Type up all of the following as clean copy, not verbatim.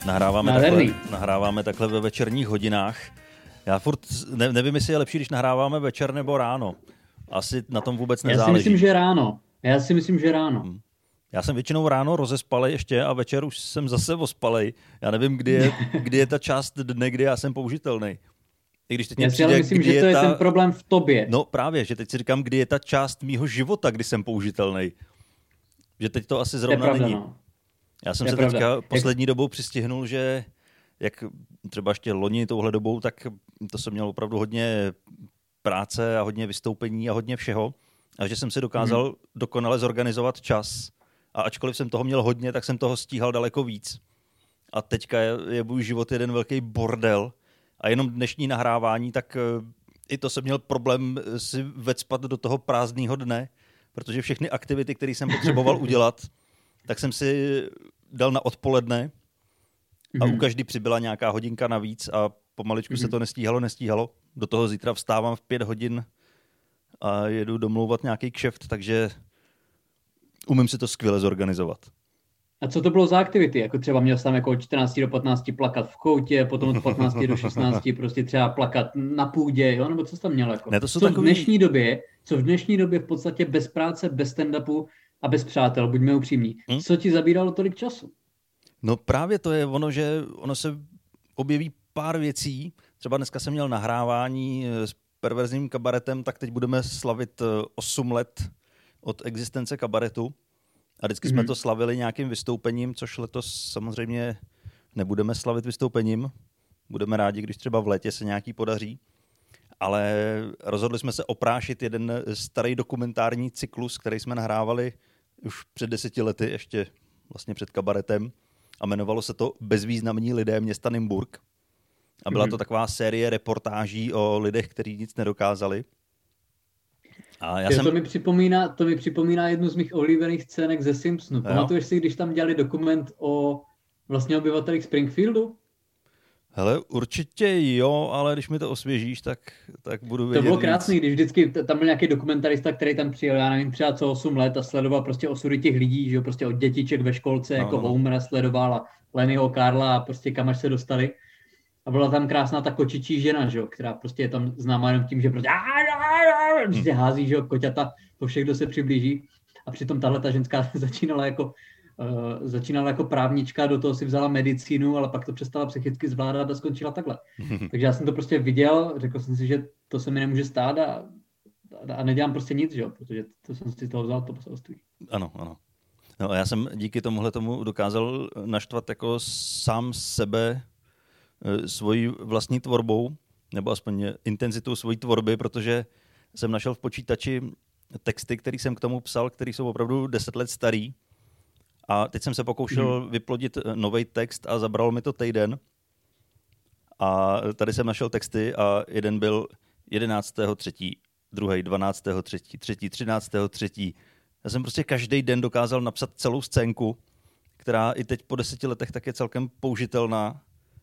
Nahráváme takhle ve večerních hodinách. Já furt nevím, jestli je lepší, když nahráváme večer nebo ráno. Asi na tom vůbec nezáleží. Já si myslím, že ráno. Já jsem většinou ráno rozespalej ještě a večer už jsem zase ospalej. Já nevím, kdy je ta část dne, kdy já jsem použitelný. I když teď já si ale myslím, že to je ten problém v tobě. No právě, že teď si říkám, kdy je ta část mýho života, kdy jsem použitelný. Že teď to asi zrovna pravda, není. No. Já jsem se teďka poslední dobou přistihnul, že jak třeba ještě loni touhle dobou, tak to jsem měl opravdu hodně práce a hodně vystoupení a hodně všeho. A že jsem si dokázal dokonale zorganizovat čas. A ačkoliv jsem toho měl hodně, tak jsem toho stíhal daleko víc. A teďka je můj život jeden velký bordel. A jenom dnešní nahrávání, tak i to jsem měl problém si vecpat do toho prázdného dne, protože všechny aktivity, které jsem potřeboval udělat, tak jsem si dal na odpoledne a u každý přibyla nějaká hodinka navíc a pomaličku se to nestíhalo. Do toho zítra vstávám v 5 hodin a jedu domlouvat nějaký kšeft, takže umím si to skvěle zorganizovat. A co to bylo za aktivity? Jako třeba měl jsem jako od 14 do 15 plakat v koutě, potom od 15 do 16 prostě třeba plakat na půdě, jo? Nebo co jsi tam měl? Jako? Ne, to co takový... v dnešní době v podstatě bez práce, bez stand-upu a bez přátel, buďme upřímní. Co ti zabíralo tolik času? No právě to je ono, že ono se objeví pár věcí. Třeba dneska jsem měl nahrávání s Perverzním kabaretem, tak teď budeme slavit 8 let od existence kabaretu. A vždycky jsme to slavili nějakým vystoupením, což letos samozřejmě nebudeme slavit vystoupením. Budeme rádi, když třeba v létě se nějaký podaří. Ale rozhodli jsme se oprášit jeden starý dokumentární cyklus, který jsme nahrávali už před 10 lety, ještě vlastně před kabaretem. A jmenovalo se to Bezvýznamní lidé města Nymburk. A byla to taková série reportáží o lidech, kteří nic nedokázali. A to mi připomíná jednu z mých oblíbených scének ze Simpsonu. Pamatuješ si, když tam dělali dokument o vlastně obyvatelích Springfieldu? Hele, určitě jo, ale když mi to osvěžíš, tak budu vědět. To bylo krásný, když vždycky tam byl nějaký dokumentarista, který tam přijel, já nevím, třeba co 8 let a sledoval prostě osudy těch lidí, že jo, prostě od dětiček ve školce, jako Homera sledoval a Lennyho Karla a prostě kam až se dostali. A byla tam krásná ta kočičí žena, že jo, která prostě je tam známá jenom tím, že prostě hází, že jo, koťata po všech, kdo se přiblíží. A přitom tahle ta ženská začínala jako právnička, do toho si vzala medicínu, ale pak to přestala psychicky zvládat a skončila takhle. Takže já jsem to prostě viděl, řekl jsem si, že to se mi nemůže stát a nedělám prostě nic, že jo, protože to jsem si z toho vzal to poselství. Ano. No a já jsem díky tomu dokázal naštvat jako sám sebe svojí vlastní tvorbou, nebo aspoň intenzitou svojí tvorby, protože jsem našel v počítači texty, které jsem k tomu psal, které jsou opravdu 10 let starý. A teď jsem se pokoušel vyplodit nový text a zabralo mi to týden. A tady jsem našel texty a jeden byl 11.3., druhý 12.3., třetí 13.3. Já jsem prostě každý den dokázal napsat celou scénku, která i teď po 10 letech tak je celkem použitelná.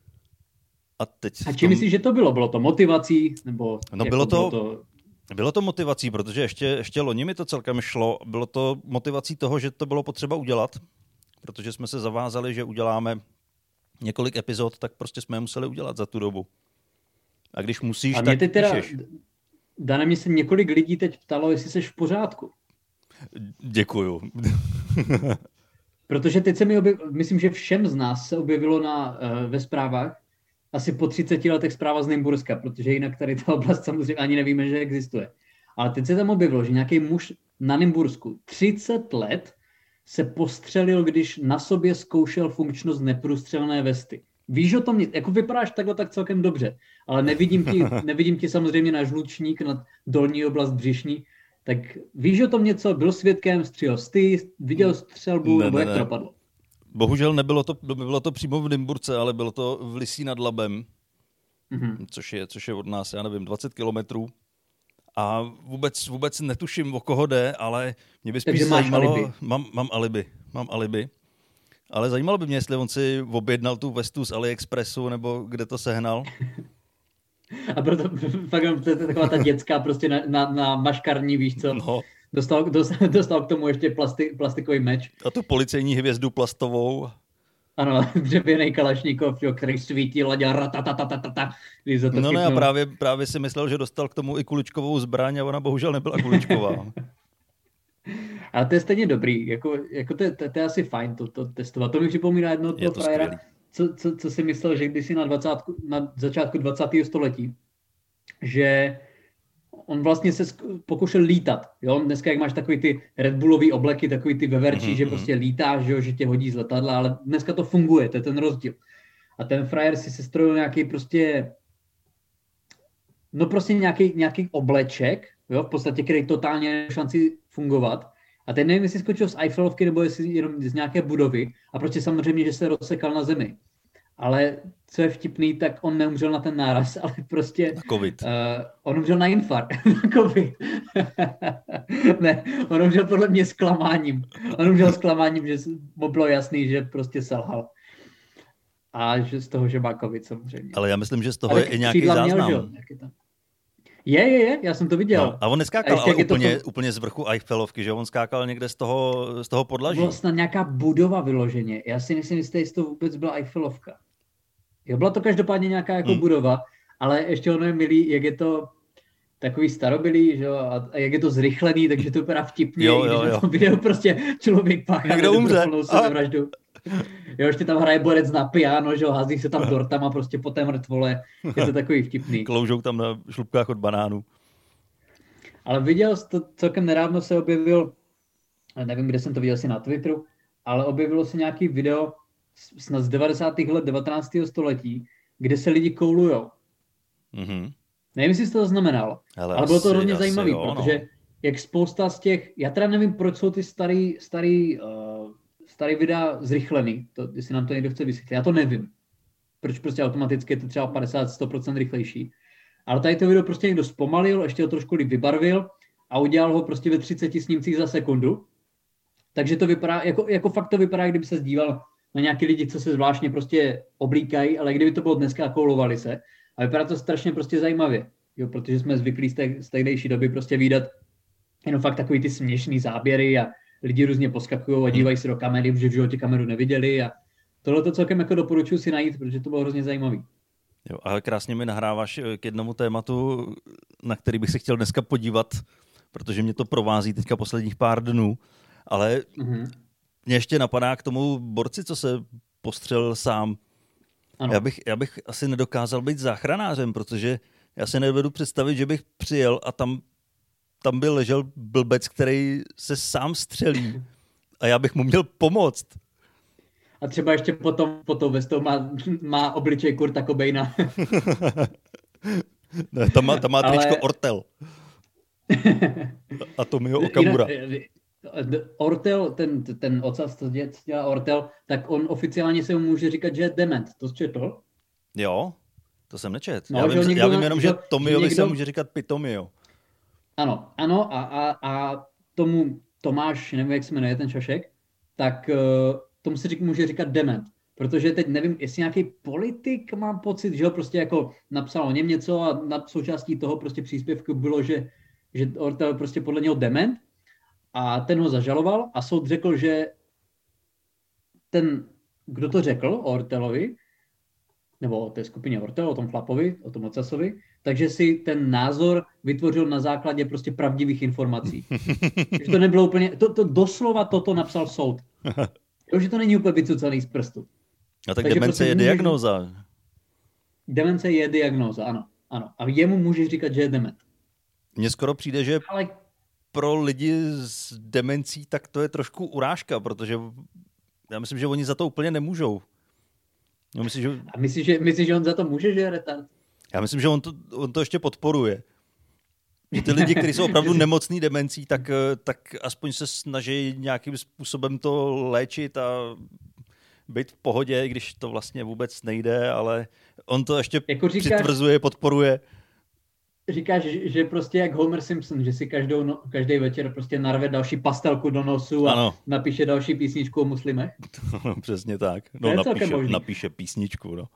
A čím myslíš, že to bylo? Bylo to motivací? Nebo no bylo to motivací, protože ještě loni mi to celkem šlo. Bylo to motivací toho, že to bylo potřeba udělat, protože jsme se zavázali, že uděláme několik epizod, tak prostě jsme je museli udělat za tu dobu. A když musíš, tak píšeš. Dane, mě se několik lidí teď ptalo, jestli jsi v pořádku. Děkuju. Protože teď myslím, že všem z nás se objevilo ve zprávách asi po 30 letech zpráva z Nymburska, protože jinak tady ta oblast samozřejmě ani nevíme, že existuje. Ale teď se tam objevilo, že nějaký muž na Nymbursku 30 let se postřelil, když na sobě zkoušel funkčnost neprůstřelné vesty. Víš o tom, jako vypadáš takhle tak celkem dobře, ale nevidím ti samozřejmě na žlučník, na dolní oblast břišní, tak víš o tom něco, byl svědkem, střílel jsi, viděl střelbu, nebo jak to dopadlo? Bohužel bylo to přímo v Nymburce, ale bylo to v Lysí nad Labem, což je od nás, já nevím, 20 kilometrů. A vůbec netuším, o koho jde, ale mě by spíš zajímalo... Alibi. Mám alibi. Ale zajímalo by mě, jestli on si objednal tu vestu z AliExpressu, nebo kde to sehnal. A proto fakt to je taková ta dětská prostě na maškarní, víš co? No. Dostal k tomu ještě plastikový meč. A tu policejní hvězdu plastovou. Ano, dřevěný kalašníkov, který svítil a dělal ratatatatata. No ne, a právě si myslel, že dostal k tomu i kuličkovou zbraň a ona bohužel nebyla kuličková. Ale to je stejně dobrý, jako to je asi fajn to testovat. To mi připomíná jednoho toho frajera, co si myslel, že když si na začátku 20. století, že on vlastně se pokoušel lítat. Jo? Dneska, jak máš takový ty Red Bullový obleky, takový ty veverčí, že prostě lítáš, že tě hodí z letadla, ale dneska to funguje, to je ten rozdíl. A ten frajer si sestrojil nějaký prostě, no prostě nějaký obleček, jo? V podstatě, který totálně nemá šanci fungovat. A ten nevím, jestli skočil z Eiffelovky, nebo jestli jenom z nějaké budovy. A prostě samozřejmě, že se rozsekal na zemi. Ale co je vtipný, tak on neumřel na ten náraz, ale prostě... Na covid. On umřel na infarkt. Na covid. Ne, on umřel podle mě zklamáním. On umřel zklamáním, že mu bylo jasný, že prostě selhal. A že z toho, že má covid samozřejmě. Ale já myslím, že z toho je i nějaký záznam. Je, já jsem to viděl. No, a on neskákal ale úplně z vrchu Eiffelovky, že on skákal někde z toho podlaží. Byla snad nějaká budova vyloženě. Já si nejsem jistý, jestli to vůbec byla Eiffelovka. Jo, byla to každopádně nějaká jako budova, ale ještě ono je milý, jak je to takový starobylý, že jo, a jak je to zrychlený, takže to vypadá vtipně, když na tom videu prostě člověk páchá nedoproplnou sebevraždu. Jo, ještě tam hraje borec na piano, že jo, hází se tam dortama prostě po té mrtvole, je to takový vtipný. Kloužou tam na šlupkách od banánů. Ale viděl jsi to, celkem nedávno se objevil, nevím, kde jsem to viděl, asi na Twitteru, ale objevilo se nějaký video snad z 90. let 19. století, kde se lidi koulujou. Mm-hmm. Nevím, jestli jsi to zaznamenal, ale bylo to hodně zajímavé, protože jak spousta z těch, já teda nevím, proč jsou ty starý videa zrychlený, jestli nám to někdo chce vysvětlit, já to nevím. Proč prostě automaticky je to třeba 50-100% rychlejší. Ale tady to video prostě někdo zpomalil, ještě ho trošku vybarvil a udělal ho prostě ve 30 snímcích za sekundu. Takže to vypadá, jako fakt to vypadá, kdyby se díval na nějaký lidi, co se zvláštně prostě oblíkají, ale kdyby to bylo dneska a koulovali se. A vypadá to strašně prostě zajímavě, jo, protože jsme zvyklí z tehdejší doby prostě vídat jenom fakt takový ty směšný záběry a lidi různě poskakují a dívají se do kamery, protože v životě kameru neviděli a tohle to celkem jako doporučuji si najít, protože to bylo hrozně zajímavý. Jo, ale krásně mi nahráváš k jednomu tématu, na který bych se chtěl dneska podívat, protože mě to provází teďka posledních pár dnů, ale mě ještě napadá k tomu borci, co se postřelil sám. Já bych asi nedokázal být záchranářem, protože já si nedovedu představit, že bych přijel a tam by ležel blbec, který se sám střelí a já bych mu měl pomoct. A třeba ještě potom vestou má obličej Kurta Cobaina. Ne, tam má tričko Ortel. A Tomio Okamura. Ortel, ten ocas, co dělá Ortel, tak on oficiálně se mu může říkat, že je dement. To jsi četl? Jo, to jsem nečet. No, já vím jenom, že Tomiovi se může říkat Pitomio. Ano, a tomu Tomáš, nevím, jak se jmenuje ten šašek, tak tomu se může říkat dement. Protože teď nevím, jestli nějaký politik mám pocit, že ho prostě jako napsal o něm něco a na součástí toho prostě příspěvku bylo, že Ortel prostě podle něho dement a ten ho zažaloval a soud řekl, že kdo to řekl o Ortelovi, nebo o té skupině Ortel, o tom Flapovi, o tom Ocasovi, takže si ten názor vytvořil na základě prostě pravdivých informací. Že to nebylo úplně, to doslova toto napsal soud. Jo, že to není úplně vycucaný z prstu. A tak demence prostě je diagnóza. Demence je diagnóza, ano. A jemu můžeš říkat, že je dement. Mně skoro přijde, že pro lidi s demencí tak to je trošku urážka, protože já myslím, že oni za to úplně nemůžou. A myslíš, že on za to může, že je retard? Já myslím, že on to ještě podporuje. Že ty lidi, kteří jsou opravdu nemocný demencí, tak aspoň se snaží nějakým způsobem to léčit a být v pohodě, když to vlastně vůbec nejde, ale on to ještě jako přitvrzuje, podporuje. Říkáš, že prostě jak Homer Simpson, že si každý večer prostě narve další pastelku do nosu a napíše další písničku o muslimech? No, přesně tak. No, napíše písničku, no.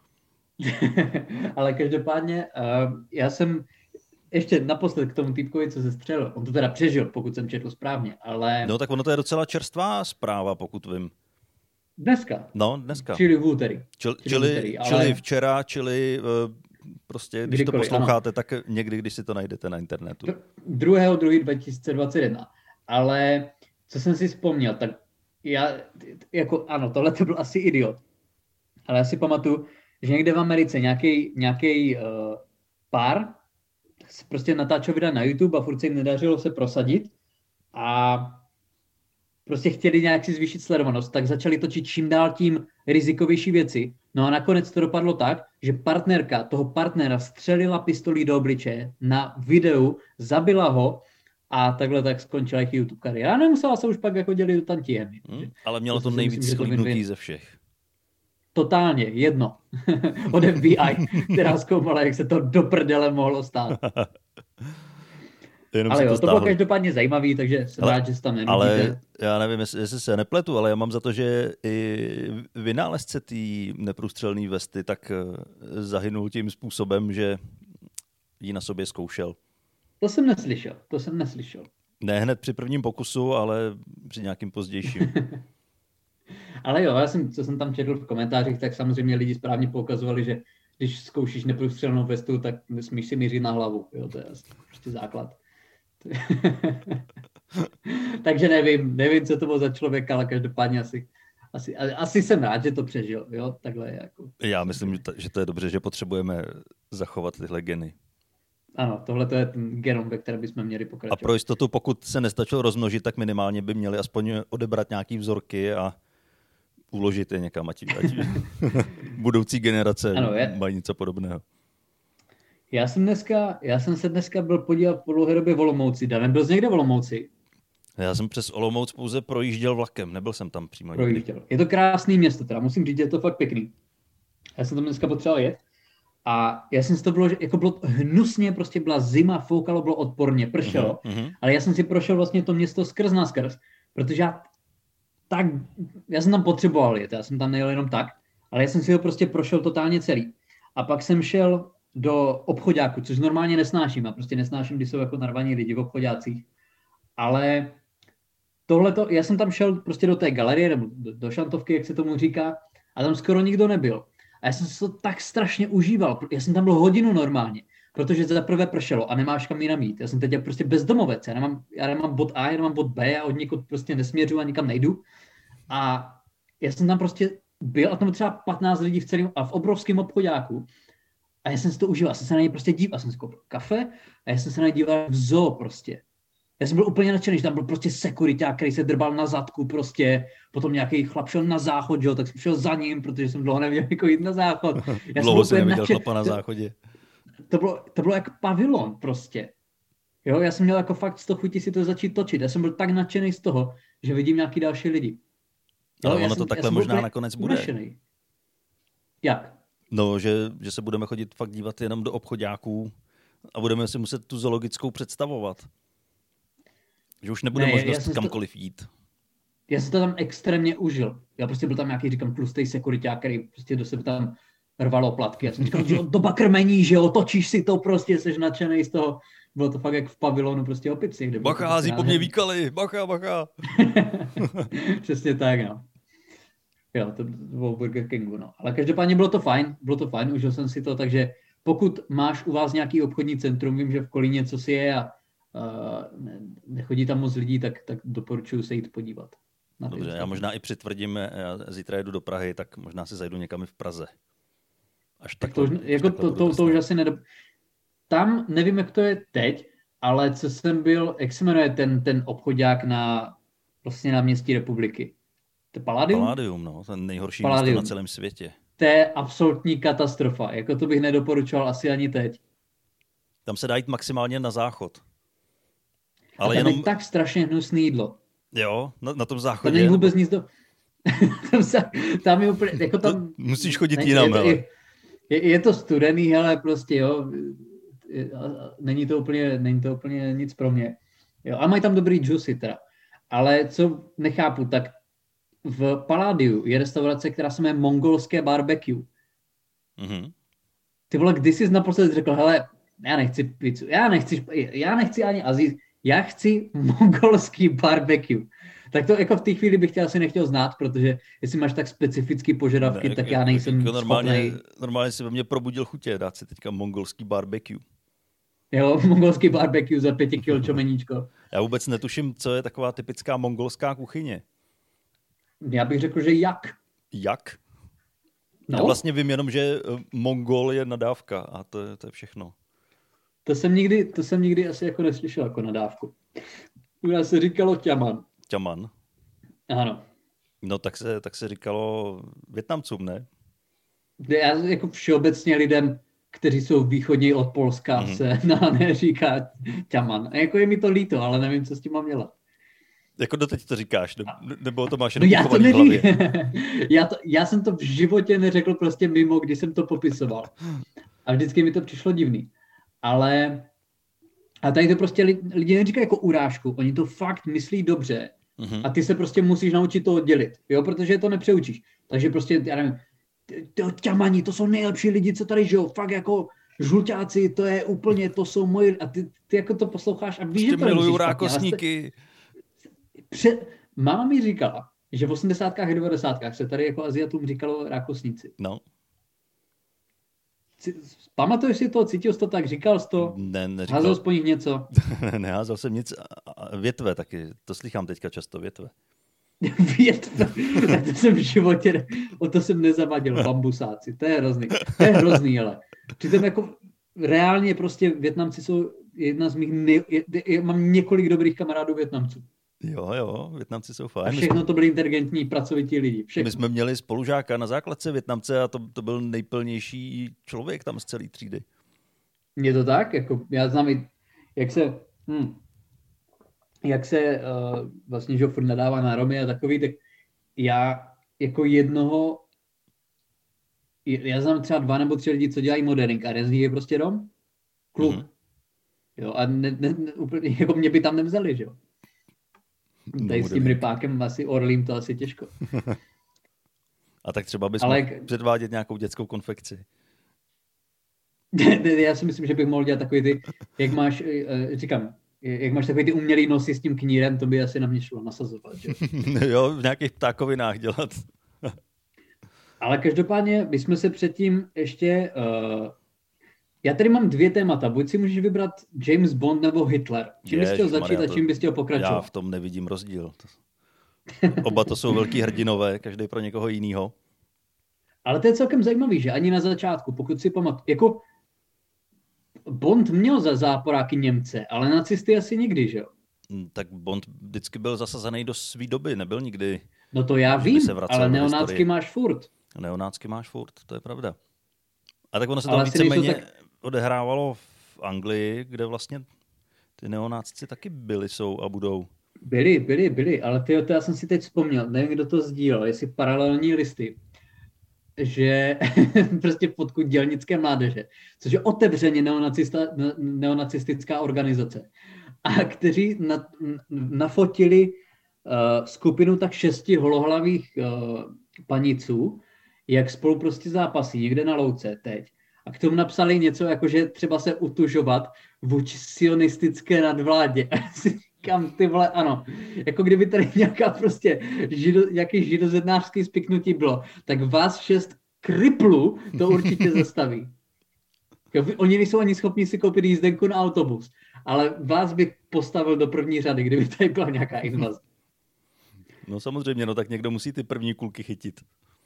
Ale každopádně já jsem ještě naposled k tomu týpkovi, co se střelil. On to teda přežil, pokud jsem četl správně, ale... No tak ono to je docela čerstvá zpráva, pokud vím. Dneska. No, dneska. Čili v úterý. Čili včera, čili prostě, když kdykoliv, to posloucháte, ano. Tak někdy, když si to najdete na internetu. 2.2.2021. Ale co jsem si vzpomněl, tak ano, tohle to byl asi idiot. Ale já si pamatuju, že někde v Americe nějaký pár prostě natáčel videa na YouTube a furt se jim nedařilo se prosadit a prostě chtěli nějak si zvýšit sledovanost, tak začali točit čím dál tím rizikovější věci. No a nakonec to dopadlo tak, že partnerka toho partnera střelila pistolí do obličeje na videu, zabila ho a takhle tak skončila jejich YouTube kariéra. A nemusela se už pak jako dělit do tantiemy. Ale mělo to nejvíc sklídnutí ze všech. Totálně, jedno. Od FBI, která zkoumala, jak se to do prdele mohlo stát. Ale jo, to bylo každopádně zajímavý, takže jsem rád, že se tam nemítíte. Ale já nevím, jestli se nepletu, ale já mám za to, že i vynálezce té neprůstřelné vesty tak zahynul tím způsobem, že ji na sobě zkoušel. To jsem neslyšel. Ne hned při prvním pokusu, ale při nějakým pozdějším. Ale jo, co jsem tam četl v komentářích, tak samozřejmě lidi správně poukazovali, že když zkoušíš neprůstřelnou vestu, tak smíš si mířit na hlavu. Jo, to je prostě základ. Takže nevím, co to bylo za člověka, ale každopádně asi jsem rád, že to přežil. Jo? Takhle jako. Já myslím, že to je dobře, že potřebujeme zachovat tyhle geny. Ano, tohle to je ten genom, ve kterém bychom měli pokračovat. A pro jistotu, pokud se nestačilo rozmnožit, tak minimálně by měli aspoň odebrat nějaký vzorky a uložit je někam, ať budoucí generace mají něco podobného. Já jsem se dneska byl podívat po dlouhé době v Olomouci. David, byl jsi někde v Olomouci? Já jsem přes Olomouc pouze projížděl vlakem, nebyl jsem tam přímo. Projížděl. Je to krásný město, teda musím říct, že je to fakt pěkný. Já jsem tam dneska potřeboval jet a já jsem si to bylo, že jako bylo hnusně, prostě byla zima, foukalo, bylo odporně, pršelo, ale já jsem si prošel vlastně to město skrz na skrz, protože já jsem tam potřeboval jet, já jsem tam nejel jenom tak, ale já jsem si ho prostě prošel totálně celý. A pak jsem šel do obchodáku, což normálně nesnáším. A prostě nesnáším, když jsou jako narvaní lidi v obchodácích. Ale tohleto, já jsem tam šel prostě do té galerie, nebo do šantovky, jak se tomu říká, a tam skoro nikdo nebyl. A já jsem se to tak strašně užíval. Já jsem tam byl hodinu normálně, protože za prvé pršelo a nemáš kam jinam jít. Já jsem teď prostě bezdomovec. Já nemám bod A, já nemám bod B, já od někud prostě nesměřuji a nikam nejdu. A já jsem tam prostě byl a tam třeba 15 lidí v obrovském obchodáku. A já jsem si to užíval, já jsem se na něj prostě díval, já jsem si koupil kafe a já jsem se na něj díval v zoo prostě. Já jsem byl úplně nadšený, že tam byl prostě sekuriťák, který se drbal na zadku prostě, potom nějaký chlap šel na záchod, jo, tak jsem šel za ním, protože jsem dlouho neviděl jako jít na záchod. Dlouho jsem neviděl chlapa na záchodě. To bylo jak pavilon prostě. Jo, já jsem měl jako fakt z toho chuti si to začít točit. Já jsem byl tak nadšený z toho, že vidím nějaký další lidi. Jo, ale ono to takhle možná nakonec bude. Nadšený. Jak? No, že se budeme chodit fakt dívat jenom do obchodáků a budeme si muset tu zoologickou představovat. Že už nebude možnost kamkoliv jít. Já jsem to tam extrémně užil. Já prostě byl tam nějaký, říkám, tlustý sekuriťák, který prostě do sebe tam rvalo platky. Já jsem říkal, že doba krmení, že jo, točíš si to prostě, jsi nadšenej z toho. Bylo to fakt jak v pavilonu prostě opici. Bacha, hází po mně výkaly, bacha. Přesně tak, no. Jo, to bylo Burger Kingu, no. Ale každopádně bylo to fajn, užil jsem si to, takže pokud máš u vás nějaký obchodní centrum, vím, že v Kolíně co si je a nechodí tam moc lidí, tak doporučuji se jít podívat. Dobře, já možná i přitvrdím, já zítra jedu do Prahy, tak možná si zajdu někam i v Praze. Až tak to už asi Tam nevím, jak to je teď, ale co jsem byl, jak se jmenuje ten obchodák vlastně na městí Republiky? To Palladium? Palladium, no, ten nejhorší město na celém světě. To je absolutní katastrofa, jako to bych nedoporučoval asi ani teď. Tam se dá jít maximálně na záchod. Ale tam je tak strašně hnusný jídlo. Jo, na tom záchodě. Tam není vůbec nic tam je úplně, jako tam... Musíš chodit jinam, hele. Je to studený, hele, prostě, jo. Není to úplně nic pro mě. Jo, a mají tam dobrý juicy teda. Ale co nechápu, tak v Palladiu je restaurace, která se jmenuje Mongolské barbecue. Mm-hmm. Ty vole, když jsi naposled řekl, hele, já nechci pizzu, já nechci ani azijský, já chci mongolský barbecue. Tak to jako v té chvíli bych tě asi nechtěl znát, protože jestli máš tak specifické požadavky, tak já nejsem jako schopnej. Normálně si ve mně probudil chutě dát si teďka mongolský barbecue. Jo, mongolský barbecue za 5 kg čomeníčko. Já vůbec netuším, co je taková typická mongolská kuchyně. Já bych řekl, že jak. Jak? No. Já vlastně vím jenom, že Mongol je nadávka a to je všechno. To jsem nikdy asi jako neslyšel jako nadávku. U nás se říkalo ťaman. Ťaman? Ano. No tak se říkalo Vietnamcům, ne? Já jako všeobecně lidem, kteří jsou východní od Polska, se neříká ťaman. A jako je mi to líto, ale nevím, co s tím mám dělat. Jako doteď to říkáš, nebo to máš jenom v hlavě? Já jsem to v životě neřekl prostě mimo, když jsem to popisoval. A vždycky mi to přišlo divný. Ale a tady to prostě lidi neříkají jako urážku, oni to fakt myslí dobře. A ty se prostě musíš naučit to oddělit, jo, protože to nepřeučíš. Takže prostě, já nevím, ťamani, to jsou nejlepší lidi, co tady žijou, fakt jako žluťáci, to je úplně, to jsou moji, a ty jako to posloucháš a víš, že to miluju rákosníky. Máma mi říkala, že v 80. a 90. se tady jako Aziatům říkalo rákosníci. No. Pamatuješ si to, cítil jsi to tak, říkal jsi to? Ne, neříkal. Házel jsi po nich něco? Neházel jsem nic. Větve taky, to slychám teďka často, větve. Větve, tak to jsem v životě, o to jsem nezavadil, bambusáci, to je hrozný, ale přitom jako reálně prostě Vietnamci jsou jedna z mých, mám několik dobrých kamarádů Vietnamců. Jo, Vietnamci jsou fajn. A všechno to byli inteligentní, pracovití lidi. Všechno. My jsme měli spolužáka na základce Vietnamce a to byl nejplnější člověk tam z celé třídy. Je to tak? Jako, já znám, jak se vlastně že furt nadává na Romy a takový, tak já jako já znám třeba 2 nebo 3 lidi, co dělají modeling a jeden z nich je prostě Rom, kluk. Jo, a úplně, jako mě by tam nevzali, že jo. Tady s tím rypákem asi orlím to asi těžko. A tak třeba bys mohl předvádět nějakou dětskou konfekci. Já si myslím, že bych mohl dělat takový ty, jak máš takový ty umělý nosy s tím knírem, to by asi na mě šlo nasazovat. Že? Jo, v nějakých ptákovinách dělat. Ale každopádně bychom se předtím ještě... Já tady mám 2 témata. Buď si můžeš vybrat James Bond nebo Hitler. Čím bys chtěl začít a čím bys chtěl pokračovat? Já v tom nevidím rozdíl. Oba to jsou velký hrdinové, každý pro někoho jinýho. Ale to je celkem zajímavý, že ani na začátku, pokud si pamatuju, jako Bond měl za záporáky Němce, ale nacisty asi nikdy, že jo? Tak Bond vždycky byl zasazený do své doby, nebyl nikdy... No to já vím, ale neonácky máš furt. Neonácky máš furt, to je pravda. A tak ono se to víceméně odehrávalo v Anglii, kde vlastně ty neonáci taky jsou a budou. Byli, ale to já jsem si teď vzpomněl, nevím, kdo to sdílel, jestli paralelní listy, že prostě fotku dělnické mládeže, což je otevřeně neonacistická organizace, a kteří nafotili skupinu tak 6 holohlavých paniců, jak spolu prostě zápasí někde na louce teď. A k tomu napsali něco, jako že třeba se utužovat vůči sionistické nadvládě. A si říkám, ty vole, ano. Jako kdyby tady nějaká prostě nějaký židozednářský spiknutí bylo, tak vás 6 kriplů to určitě zastaví. Oni nejsou ani schopni si koupit jízdenku na autobus, ale vás bych postavil do první řady, kdyby tady byla nějaká invaze. No samozřejmě, no tak někdo musí ty první kulky chytit.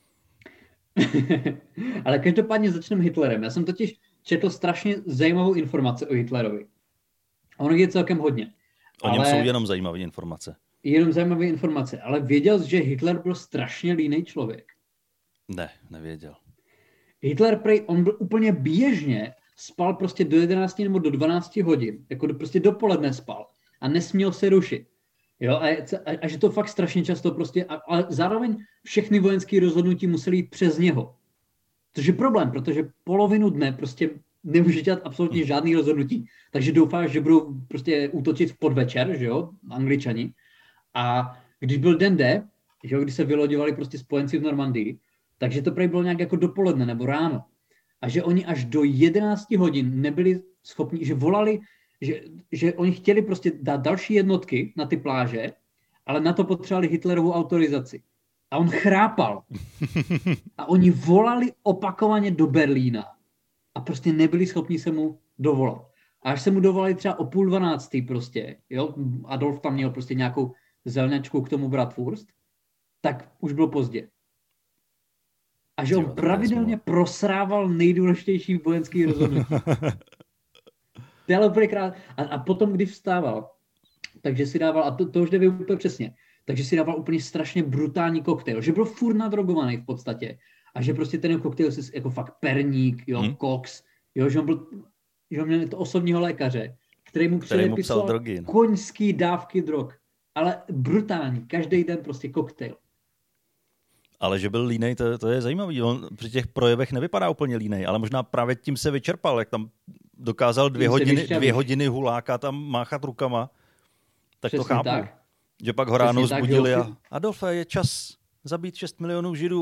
Ale každopádně začneme Hitlerem. Já jsem totiž četl strašně zajímavou informaci o Hitlerovi. Ono je celkem hodně. O něm jsou jenom zajímavé informace. Jenom zajímavé informace. Ale věděl jsi, že Hitler byl strašně línej člověk? Ne, nevěděl. Hitler on byl úplně běžně, spal prostě do 11 nebo do 12 hodin. Jako prostě dopoledne spal. A nesměl se rušit. Jo, a že to fakt strašně často prostě, ale zároveň všechny vojenské rozhodnutí musely jít přes něho. Což je problém, protože polovinu dne prostě nemůže dělat absolutně žádný rozhodnutí. Takže doufáš, že budou prostě útočit v podvečer, že jo, Angličani. A když byl den D, že jo, když se vyloďovali prostě spojenci v Normandii, takže to prý bylo nějak jako dopoledne nebo ráno. A že oni až do 11 hodin nebyli schopni, že volali, že oni chtěli prostě dát další jednotky na ty pláže ale na to potřebovali Hitlerovu autorizaci. A on chrápal. A oni volali opakovaně do Berlína. A prostě nebyli schopni se mu dovolat. A až se mu dovolali třeba o 11:30 prostě, jo, Adolf tam měl prostě nějakou zelňačku k tomu bratwurst, tak už bylo pozdě. A že on pravidelně prosrával nejdůležitější vojenský rozhodnutí. To je úplně krásné. A potom, když vstával, takže si dával, a to už jde úplně přesně, takže si dával úplně strašně brutální koktejl, že byl furt nadrogovaný v podstatě. A že prostě ten koktejl si jako fakt perník, jo, koks, jo, že on měl to osobního lékaře, který mu předepisoval koňský dávky drog. Ale brutální, každý den prostě koktejl. Ale že byl línej, to je zajímavý. On při těch projevech nevypadá úplně línej, ale možná právě tím se vyčerpal, jak tam dokázal 2 hodiny huláka tam máchat rukama. Tak přesně to chápu. Tak. Že pak ho ráno zbudili a Adolfe, je čas zabít 6 milionů Židů.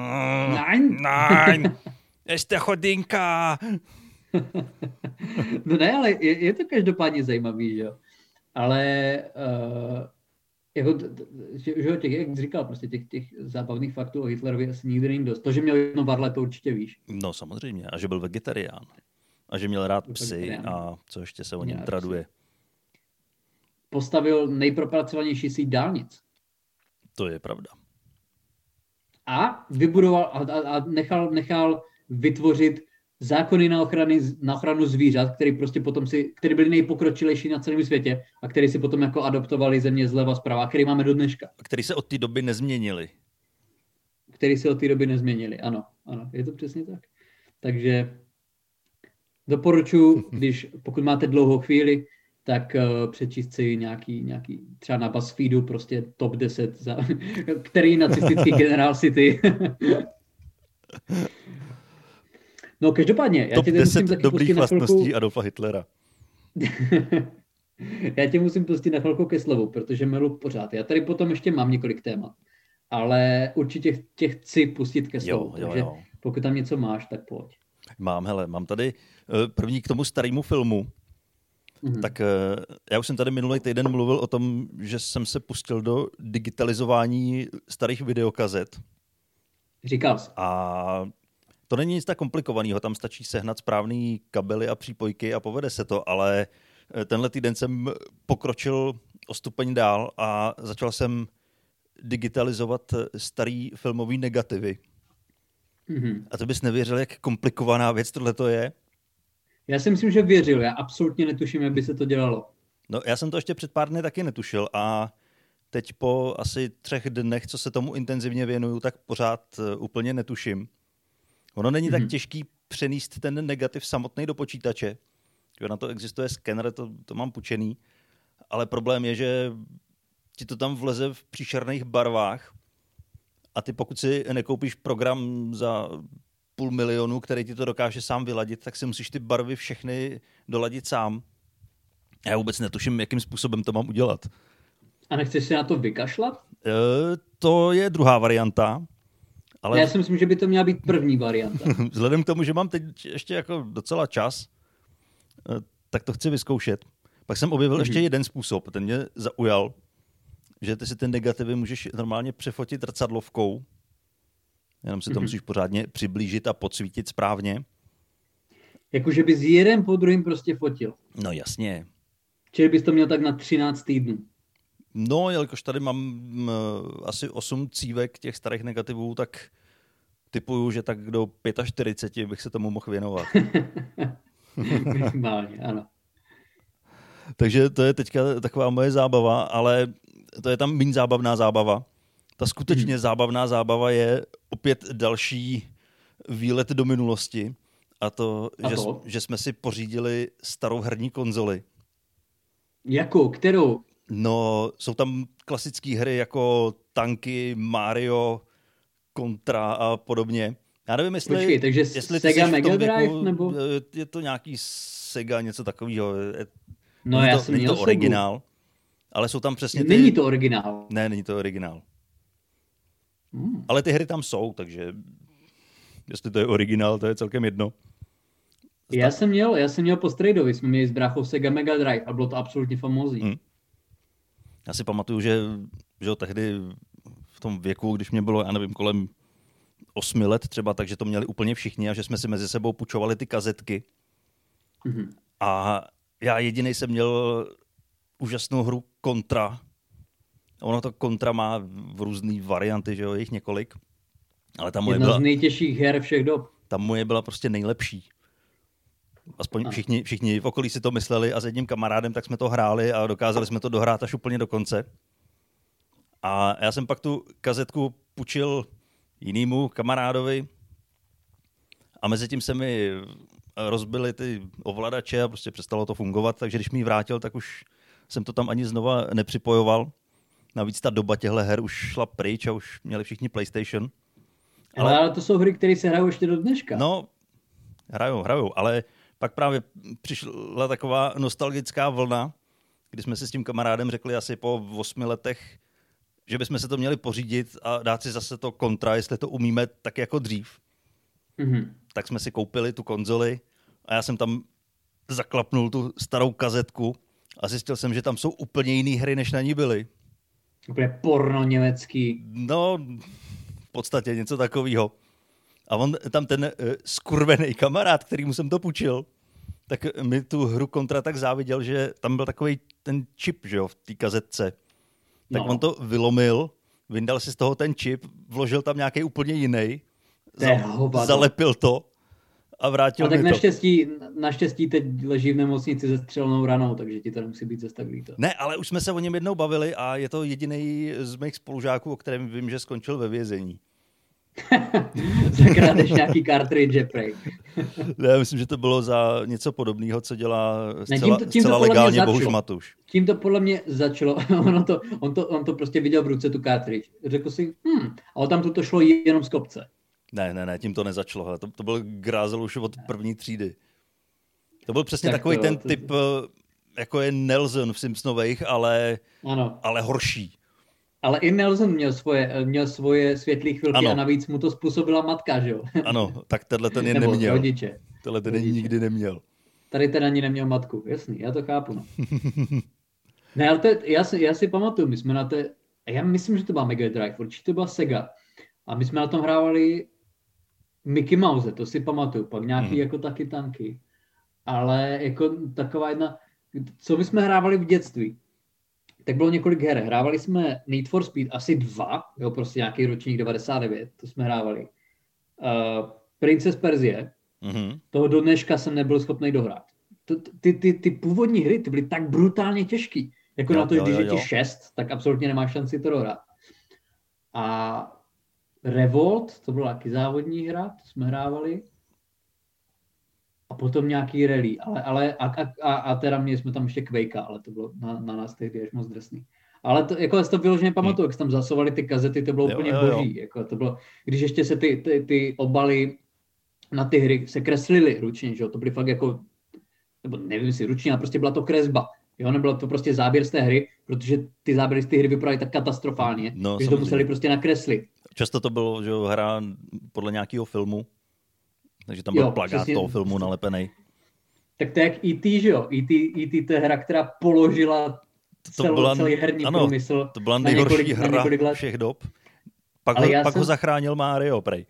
Nein, jste chodinka. No ne, ale je to každopádně zajímavý, že jo. Ale jako, jak jsi říkal, prostě těch zábavných faktů o Hitlerovi asi nikdy není dost. To, že měl jedno varle, to určitě víš. No samozřejmě. A že byl vegetarián. A že měl rád psy a co ještě se o něm traduje. Postavil nejpropracovanější síť dálnic. To je pravda. A vybudoval a nechal vytvořit zákony na ochranu zvířat, který prostě potom který byli nejpokročilejší na celém světě a který si potom jako adoptovali země zleva zprava, který máme do dneška. A který se od té doby nezměnili. Ano, je to přesně tak. Takže doporučuji, pokud máte dlouhou chvíli, tak přečíst si nějaký třeba na BuzzFeedu prostě top 10, který nacistický generál si ty. No každopádně, já tě musím taky dobrých vlastností Adolfa Hitlera. Já tě musím pustit na chvilku ke slovu, protože milu pořád. Já tady potom ještě mám několik témat, ale určitě tě chci pustit ke slovu. Takže pokud tam něco máš, tak pojď. Mám tady první k tomu starému filmu. Tak já už jsem tady minulý týden mluvil o tom, že jsem se pustil do digitalizování starých videokazet. Říkal jsi. A to není nic tak komplikovaného, tam stačí sehnat správný kabely a přípojky a povede se to, ale tenhle týden jsem pokročil o stupeň dál a začal jsem digitalizovat starý filmový negativy. A to bys nevěřil, jak komplikovaná věc tohle to je? Já si myslím, že věřil. Já absolutně netuším, jak by se to dělalo. No, já jsem to ještě před pár dny taky netušil a teď po asi 3 dnech, co se tomu intenzivně věnuju, tak pořád úplně netuším. Ono není tak těžký přenést ten negativ samotný do počítače. Na to existuje skener, to mám půjčený. Ale problém je, že ti to tam vleze v příšerných barvách a ty pokud si nekoupíš program za 500 000, který ti to dokáže sám vyladit, tak si musíš ty barvy všechny doladit sám. Já vůbec netuším, jakým způsobem to mám udělat. A nechceš se na to vykašlat? To je druhá varianta. Ale já si myslím, že by to měla být první varianta. Vzhledem k tomu, že mám teď ještě jako docela čas, tak to chci vyzkoušet. Pak jsem objevil ještě jeden způsob, ten mě zaujal, že ty si ty negativy můžeš normálně přefotit zrcadlovkou, jenom si to musíš pořádně přiblížit a podsvítit správně. Jakože bys jeden po druhým prostě fotil. No jasně. Čili bys to měl tak na 13 týdnů. No, jelikož tady mám asi 8 cívek těch starých negativů, tak typuju, že tak do 45 bych se tomu mohl věnovat. Minimálně, ano. Takže to je teďka taková moje zábava, ale to je tam méně zábavná zábava. Ta skutečně zábavná zábava je opět další výlet do minulosti. A to, že jsme si pořídili starou herní konzoli. Jakou? Kterou? No, jsou tam klasické hry jako Tanky, Mario, Contra a podobně. Já nevím, jestli... Počkej, takže Sega Mega Drive, nebo? Je to nějaký Sega, něco takového. No, já jsem měl to originál, ale jsou tam přesně ty... Není to originál. Ne, není to originál. Ale ty hry tam jsou, takže jestli to je originál, to je celkem jedno. Já jsem měl po Strejdovi, jsme měli s bráchou Sega Mega Drive a bylo to absolutně famózní. Já si pamatuju, že tehdy v tom věku, když mě bylo, já nevím, kolem 8 let třeba, takže to měli úplně všichni a že jsme si mezi sebou půjčovali ty kazetky. Mm-hmm. A já jedinej jsem měl úžasnou hru Contra. Ono to Contra má v různý varianty, že jo, jich několik. Ale ta moje jedna z nejtěžších her všech dob. Ta moje byla prostě nejlepší. Aspoň všichni v okolí si to mysleli a s jedním kamarádem tak jsme to hráli a dokázali jsme to dohrát až úplně do konce. A já jsem pak tu kazetku půjčil jinému kamarádovi a mezi tím se mi rozbily ty ovladače a prostě přestalo to fungovat, takže když mi ji vrátil, tak už jsem to tam ani znova nepřipojoval. Navíc ta doba těchto her už šla pryč a už měli všichni PlayStation. Ale to jsou hry, které se hrajou ještě do dneška. No, hrajou, ale pak právě přišla taková nostalgická vlna, kdy jsme si s tím kamarádem řekli asi po 8 letech, že bychom se to měli pořídit a dát si zase to Contra, jestli to umíme tak jako dřív. Mm-hmm. Tak jsme si koupili tu konzoli a já jsem tam zaklapnul tu starou kazetku a zjistil jsem, že tam jsou úplně jiný hry, než na ní byly. Úplně porno německý. No, v podstatě něco takového. A on tam ten skurvený kamarád, kterýmu jsem to půjčil, tak mi tu hru Contra tak záviděl, že tam byl takový ten čip, že jo, v té kazetce. Tak on to vylomil, vyndal si z toho ten čip, vložil tam nějaký úplně jiný, zalepil to a vrátil mi to. A tak naštěstí teď leží v nemocnici se střelnou ranou, takže ti to nemusí být zase tak líto. Ne, ale už jsme se o něm jednou bavili a je to jediný z mých spolužáků, o kterém vím, že skončil ve vězení. Zakrádeš nějaký cartridge, prej. Ne, myslím, že to bylo za něco podobného, co dělá zcela legálně Bohuš Matuš. Tím to podle mě začalo. On to prostě viděl v ruce, tu cartridge. Řekl si, a tam to šlo jenom z kopce. Ne, tím to nezačalo. Hele. To byl grázel už od první třídy. To byl přesně takový ten typ, jako je Nelson v Simpsonových, ale horší. Ale i Nelson měl svoje světlé chvilky, ano. A navíc mu to způsobila matka, že jo? Ano, tak tenhle ten je neměl. Rodiče. Tenhle ten nikdy neměl. Tady ten ani neměl matku, jasný, já to chápu. No. Ne, ale já si pamatuju, my jsme na té, já myslím, že to byla Mega Drive, určitě to byla Sega. A my jsme na tom hrávali Mickey Mouse, to si pamatuju, pak nějaký jako taky tanky. Ale jako taková jedna, co my jsme hrávali v dětství, tak bylo několik her. Hrávali jsme Need for Speed, asi 2, jo, prostě nějaký ročník 99, to jsme hrávali. Princess Persie, toho do dneška jsem nebyl schopný dohrát. Ty původní hry, ty byly tak brutálně těžký. Jako na to, když je ti 6, tak absolutně nemáš šanci to dohrát. A Revolt, to byla taky závodní hra, to jsme hrávali. A potom nějaký rally, ale teda měli jsme tam ještě Quakea, ale to bylo na nás tehdy až moc drsný. Ale to, jako to vyloženě pamatuju, jak tam zasovali ty kazety, to bylo úplně boží. Jako to bylo, když ještě se ty obaly na ty hry se kreslily ručně, že jo, to byly fakt jako, nebo nevím jestli ručně, ale prostě byla to kresba. Jo, nebylo to prostě záběr z té hry, protože ty záběry z té hry vypadaly tak katastrofálně, že to museli prostě nakreslit. Často to bylo, že hra podle nějakého filmu. Takže tam byl plakát toho filmu nalepený. Tak to je jak E.T., že jo? E.T. to je hra, která položila celý herní průmysl. To byla nejhorší hra všech dob. Pak ho zachránil Mario, prej.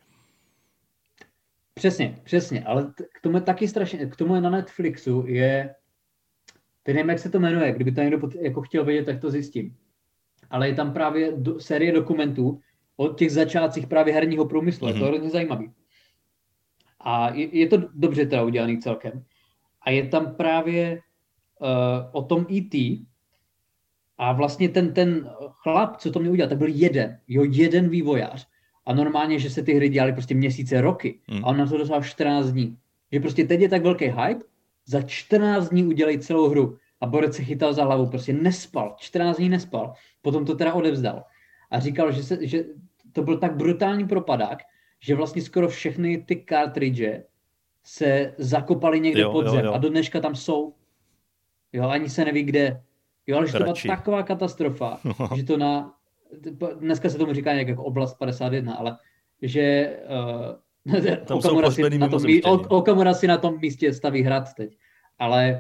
Přesně, ale k tomu je taky strašně, k tomu je na Netflixu je, teď nevím, jak se to jmenuje, kdyby to někdo jako chtěl vědět, tak to zjistím. Ale je tam právě série dokumentů o těch začátcích právě herního průmyslu, to je hrozně zajímavý. A je to dobře teda udělaný celkem. A je tam právě o tom E.T. A vlastně ten chlap, co to měl udělat, tak byl jeden vývojář. A normálně, že se ty hry dělaly prostě měsíce, roky. A on na to dostal 14 dní. Že prostě teď je tak velký hype, za 14 dní udělají celou hru. A Borec se chytal za hlavu, prostě nespal, 14 dní nespal. Potom to teda odevzdal. A říkal, že to byl tak brutální propadák, že vlastně skoro všechny ty cartridge se zakopaly někde pod zem. A do dneška tam jsou. Jo, ani se neví kde. Jo, ale že to byla taková katastrofa, že to dneska se tomu říká nějak jako oblast 51, ale že Okamura si na tom místě staví hrad teď. Ale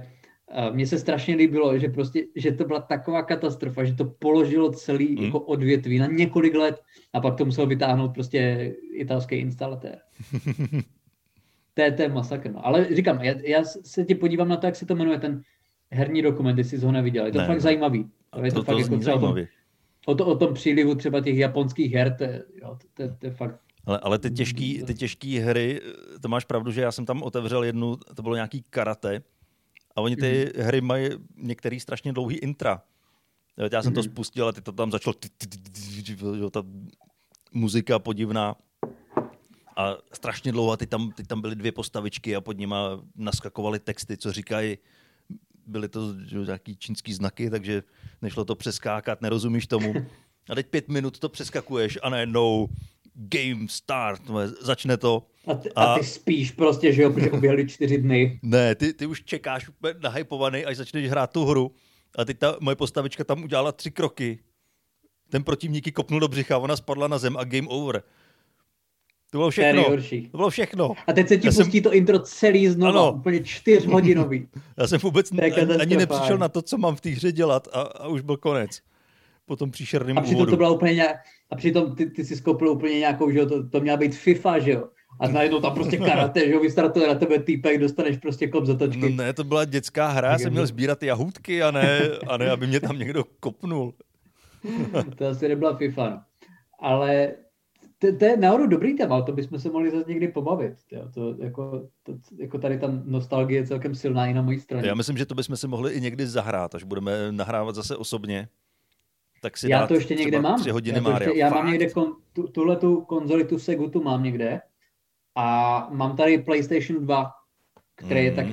mně se strašně líbilo, že prostě, že to byla taková katastrofa, že to položilo celý jako odvětví na několik let a pak to musel vytáhnout prostě italský instalatér. To je masakr. No. Ale říkám, já se ti podívám na to, jak se to jmenuje, ten herní dokument, jestli jsi ho neviděl. Je to fakt zajímavý. Je to fakt jako třeba o tom přílivu třeba těch japonských her, to je fakt... Ale ty těžký hry, to máš pravdu, že já jsem tam otevřel jednu, to bylo nějaký karate, a oni ty hry mají některý strašně dlouhý intra. Já jsem to spustil a ty to tam začalo ta muzika podivná a strašně dlouho a teď tam byly 2 postavičky a pod nima naskakovaly texty, co říkají. Byly to nějaký čínský znaky, takže nešlo to přeskákat, nerozumíš tomu. A teď 5 minut to přeskakuješ a najednou game start, začne to. A ty spíš prostě, že jo, protože uběhly 4 dny. Ne, ty už čekáš úplně nahypovaný, až začneš hrát tu hru. A teď ta moje postavička tam udělala 3 kroky. Ten protivník ji kopnul do břicha, ona spadla na zem a game over. To bylo všechno. To bylo všechno. A teď se ti pustí to intro celý znova, úplně 4hodinový. Já jsem vůbec ani nepřišel na to, co mám v té hře dělat a už byl konec. Po tom příšerným úvodu. A přitom to byla úplně a přitom ty si skoupil úplně nějakou, že jo, to měla být FIFA, že jo. A najednou tam prostě karate, že jo, vystartuje na tebe týpek, dostaneš prostě kop zatočky. No ne, to byla dětská hra, já jsem měl sbírat jahůdky a ne, aby mě tam někdo kopnul. To asi nebyla FIFA, no. Ale to je náhodou dobrý téma, to bychom se mohli zase někdy pobavit. To jako tady ta nostalgie je celkem silná i na mojí straně. Já myslím, že to bychom si mohli i někdy zahrát, až budeme nahrávat zase osobně. Tak si já to ještě někde mám. 3 hodiny Mario. Já mám někde tuhletu konzoli, tu Segu tu mám někde. A mám tady PlayStation 2, který je tak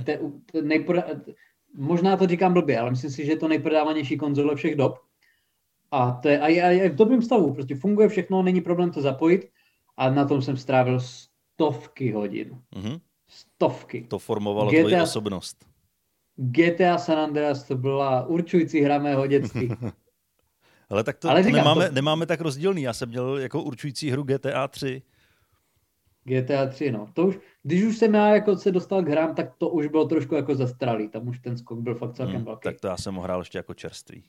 možná to říkám blbě, ale myslím si, že je to nejprodávanější konzole všech dob. A to je v dobrém stavu, prostě funguje všechno, není problém to zapojit a na tom jsem strávil 100 hodin. 100. To formovalo tvoji osobnost. GTA San Andreas to byla určující hra mého dětství. Ale tak to nemáme tak rozdílný. Já jsem měl jako určující hru GTA 3. GTA 3, no. To už, když už jsem já jako se dostal k hrám, tak to už bylo trošku jako zastralý. Tam už ten skok byl fakt celkem velký. Tak to já jsem ho hrál ještě jako čerstvý.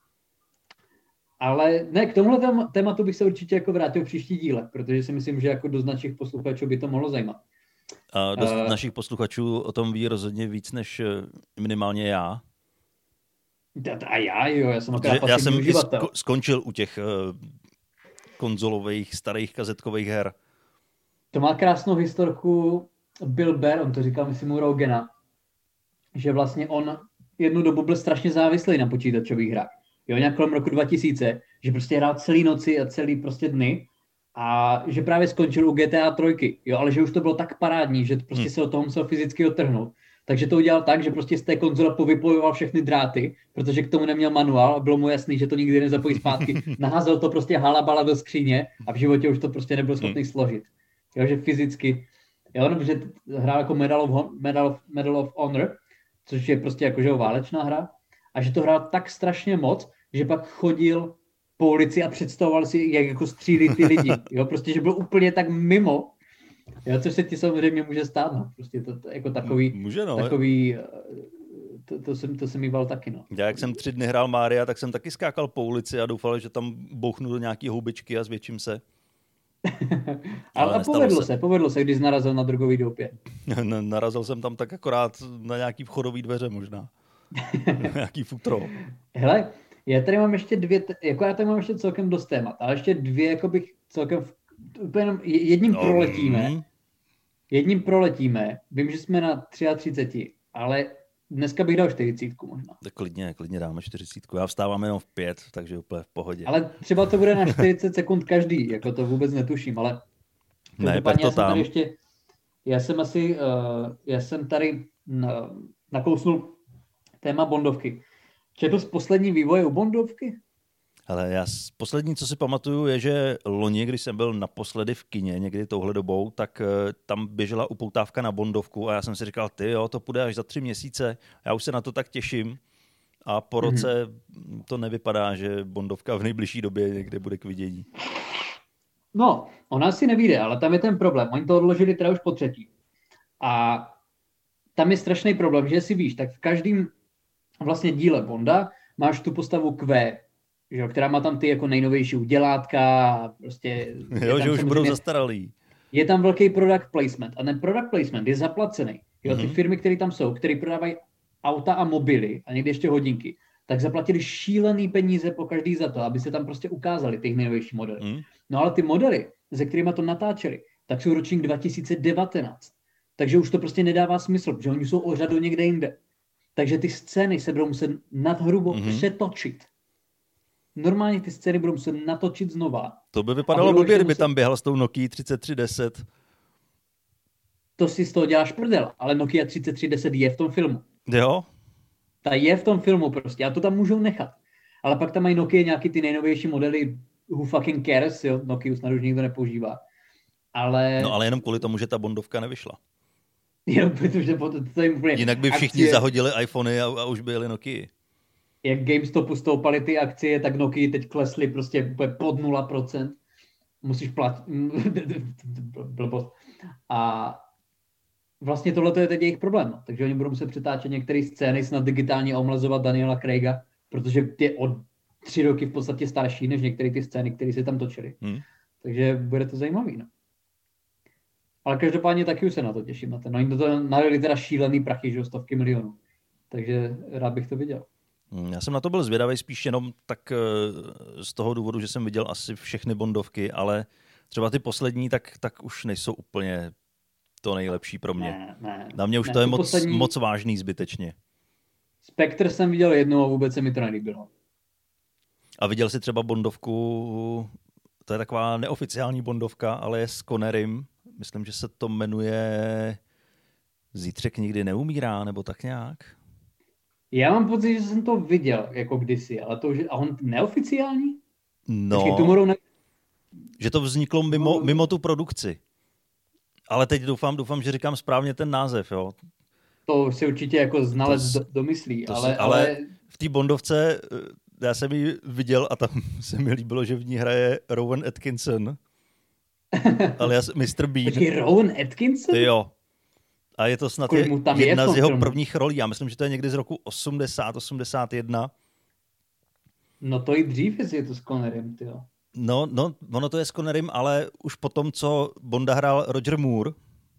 Ale ne, k tomuhle tématu bych se určitě jako vrátil v příští díle, protože si myslím, že jako dost našich posluchačů by to mohlo zajímat. A dost našich posluchačů o tom ví rozhodně víc než minimálně já. A já jsem akorát pasivní uživatel. Já jsem skončil u těch konzolových starých kazetkových her. To má krásnou historku Bill Burr, on to říkal, myslím, u Rogena, že vlastně on jednu dobu byl strašně závislý na počítačových hrách. Jo, nějak kolem roku 2000, že prostě hrál celý noci a celý prostě dny a že právě skončil u GTA 3, jo, ale že už to bylo tak parádní, že prostě se od toho musel fyzicky odtrhnout. Takže to udělal tak, že prostě z té konzole povypojoval všechny dráty, protože k tomu neměl manuál a bylo mu jasný, že to nikdy nezapojí zpátky. Naházel to prostě halabala do skříně a v životě už to prostě nebyl schopný složit. Jo, že fyzicky, jo, nebo že hrál jako Medal of Honor, což je prostě jako, že válečná hra, a že to hrál tak strašně moc, že pak chodil po ulici a představoval si, jak jako střílí ty lidi, jo, prostě, že byl úplně tak mimo, jo, což se ti samozřejmě může stát, no, prostě to jako takový, může, no, takový, to jsem mýval taky, no. Já, jak jsem 3 dny hrál Mária, tak jsem taky skákal po ulici a doufal, že tam bouchnu do nějaký houbičky a zvětším se. Ale povedlo se, když narazil na drogový dopě. Narazil jsem tam tak akorát na nějaký vchodový dveře možná. Nějaký futro. Hele, já tady mám ještě 2, jako já tady mám ještě celkem dost témat, ale ještě 2, jako bych celkem, úplně jedním proletíme, vím, že jsme na 33, ale dneska bych dal 40 možná. Tak klidně dáme 40. Já vstávám jenom v 5, takže úplně v pohodě. Ale třeba to bude na 40 sekund každý, jako to vůbec netuším, ale ne, tak to tam. Já jsem tady nakousnul téma Bondovky. Četl jsi poslední vývoje u Bondovky? Ale poslední, co si pamatuju, je, že loni, když jsem byl naposledy v kině, někdy touhle dobou, tak tam běžela upoutávka na Bondovku a já jsem si říkal, to půjde až za 3 měsíce, já už se na to tak těším a po roce to nevypadá, že Bondovka v nejbližší době někde bude k vidění. No, ona si nevyjde, ale tam je ten problém. Oni to odložili teda už po 3. A tam je strašný problém, že si víš, tak v každém vlastně díle Bonda máš tu postavu Q, že, která má tam ty jako nejnovější udělátka a prostě... Jo, že už budou zastaralý. Je tam velký product placement a ten product placement je zaplacený. Jo, ty firmy, které tam jsou, které prodávají auta a mobily a někdy ještě hodinky, tak zaplatili šílený peníze po každý za to, aby se tam prostě ukázali ty nejnovější modely. No ale ty modely, se kterými to natáčeli, tak jsou ročník 2019. Takže už to prostě nedává smysl, protože oni jsou o řadu někde jinde. Takže ty scény se budou muset nadhrubo přetočit. Normálně ty scény budou muset natočit znova. To by vypadalo blbě, kdyby tam běhal s tou Nokia 3310. To si z toho děláš prdel, ale Nokia 3310 je v tom filmu. Jo? Ta je v tom filmu prostě a to tam můžou nechat. Ale pak tam mají Nokia nějaký ty nejnovější modely, who fucking cares, jo? Nokia snad už nikdo nepoužívá. Ale... No ale jenom kvůli tomu, že ta Bondovka nevyšla. Jenom protože to je úplně... Jinak by všichni zahodili iPhony a už by jeli Nokia. Jak GameStopu stoupaly ty akcie, tak Nokia teď klesly prostě úplně pod 0%. Musíš platit. Blbost. A vlastně tohle je teď jejich problém. No. Takže oni budou muset přetáčet některé scény, snad digitálně omlazovat Daniela Craiga, protože je o 3 roky v podstatě starší než některé ty scény, které se tam točily. Takže bude to zajímavý. No. Ale každopádně taky už se na to těším. Na ten. No, oni to nalili teda šílený prachy, že 100 milionů. Takže rád bych to viděl. Já jsem na to byl zvědavý spíš jenom tak z toho důvodu, že jsem viděl asi všechny Bondovky, ale třeba ty poslední, tak už nejsou úplně to nejlepší pro mě. Ne, na mě už to je moc vážný zbytečně. Spectre jsem viděl jednou a vůbec se mi to nelíbilo. A viděl jsi třeba Bondovku, to je taková neoficiální Bondovka, ale je s Connerym. Myslím, že se to jmenuje Zítřek nikdy neumírá, nebo tak nějak. Já mám pocit, že jsem to viděl jako kdysi, ale to už je... A on neoficiální? No, že to vzniklo mimo tu produkci. Ale teď doufám, že říkám správně ten název, jo. To si určitě jako znalec domyslí, ale v té Bondovce já jsem ji viděl a tam se mi líbilo, že v ní hraje Rowan Atkinson. alias Mr. Bean. Počkej, Rowan Atkinson? Jo. A je to snad jedna z jeho prvních rolí. Já myslím, že to je někdy z roku 80-81. No to i dřív, jestli je to s Connerem, tyjo. No, ono to je s Connerem, ale už po tom, co Bonda hrál Roger Moore.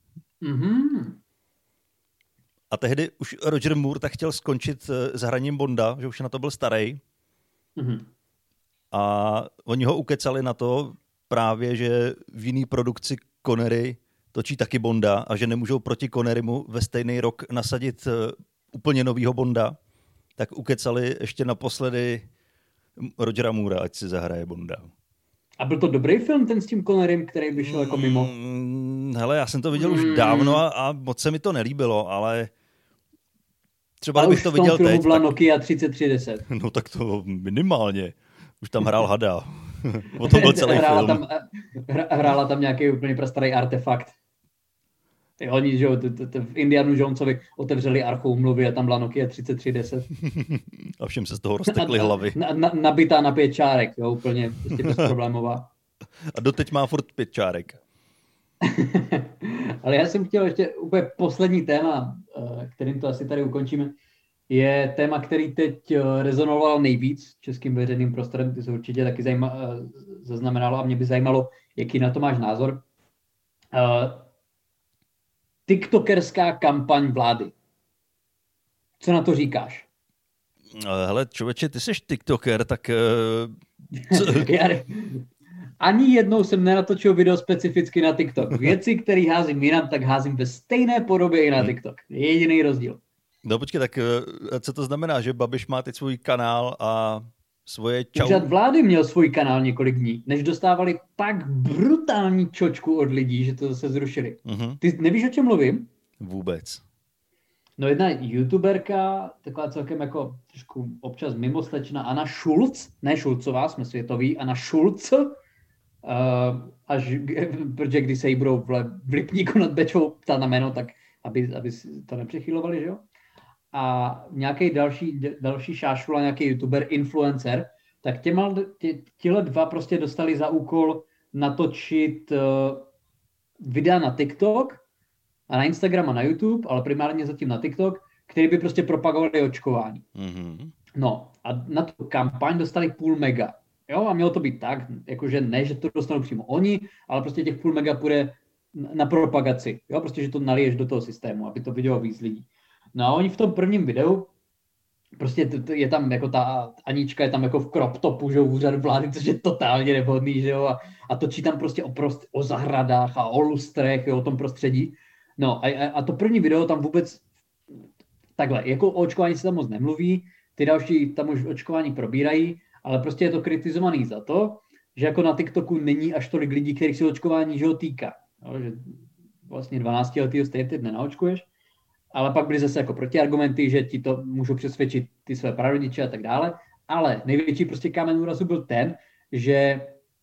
A tehdy už Roger Moore tak chtěl skončit s hraním Bonda, že už na to byl starý. A oni ho ukecali na to právě, že v jiný produkci Connery točí taky Bonda a že nemůžou proti Connerymu ve stejný rok nasadit úplně novýho Bonda, tak ukecali ještě naposledy Rogera Moora, ať si zahraje Bonda. A byl to dobrý film, ten s tím Connerym, který vyšel jako mimo? Hele, já jsem to viděl už dávno a moc se mi to nelíbilo, ale třeba kdybych to viděl teď. Ale už v tom filmu byla Nokia 3310. No tak to minimálně. Už tam hrál hada. O tom byl celý film. Hrála tam nějaký úplně prastarý artefakt. Oni, že v Indianu Jonesovi otevřeli archu úmluvy a tam byla Nokia 3310. A všem se z toho roztekly hlavy. Nabitá na 5 čárek, jo, úplně prostě bezproblémová. A doteď má furt 5 čárek. Ale já jsem chtěl ještě úplně poslední téma, kterým to asi tady ukončíme, je téma, který teď rezonoval nejvíc českým veřejným prostorem. Ty se určitě taky zaznamenalo a mě by zajímalo, jaký na to máš názor. TikTokerská kampaň vlády. Co na to říkáš? Hele, člověče, ty jsi TikToker, tak... Ani jednou jsem nenatočil video specificky na TikTok. Věci, které házím jinam, tak házím ve stejné podobě i na TikTok. Je jediný rozdíl. No počkej, tak co to znamená, že Babiš má teď svůj kanál a svoje čau? Úřad vlády měl svůj kanál několik dní, než dostávali tak brutální čočku od lidí, že to zase zrušili. Ty nevíš, o čem mluvím? Vůbec. No jedna youtuberka, taková celkem jako trošku občas mimoslečna, Anna Schulz, ne Šulcová, jsme světoví, Anna Schulz, protože když se jí budou v Lipníku nad Bečvou ptát na jméno, tak aby to nepřechylovali, že jo? A nějaký další šášula, nějaký youtuber, influencer, tak tihle dva prostě dostali za úkol natočit videa na TikTok a na Instagram a na YouTube, ale primárně zatím na TikTok, který by prostě propagovali očkování. Mm-hmm. No a na tu kampaň dostali 0,5 mega. Jo, a mělo to být tak, jakože ne, že to dostanou přímo oni, ale prostě těch 0,5 mega půjde na propagaci. Jo, prostě, že to naliješ do toho systému, aby to vidělo víc lidí. No a oni v tom prvním videu, prostě je tam jako ta Anička je tam jako v crop topu, že úřad vlády, což je totálně nevhodný, že jo, a točí tam prostě o zahradách a o lustrech, jo, o tom prostředí. No a to první video tam vůbec takhle, jako o očkování se tam moc nemluví, ty další tam už očkování probírají, ale prostě je to kritizovaný za to, že jako na TikToku není až tolik lidí, kterých se očkování že ho týká. No, že vlastně 12letýho stejně teď nenaočkuješ, ale pak byly zase jako protiargumenty, že ti to můžou přesvědčit ty své prarodiče a tak dále, ale největší prostě kámen úrazu byl ten, že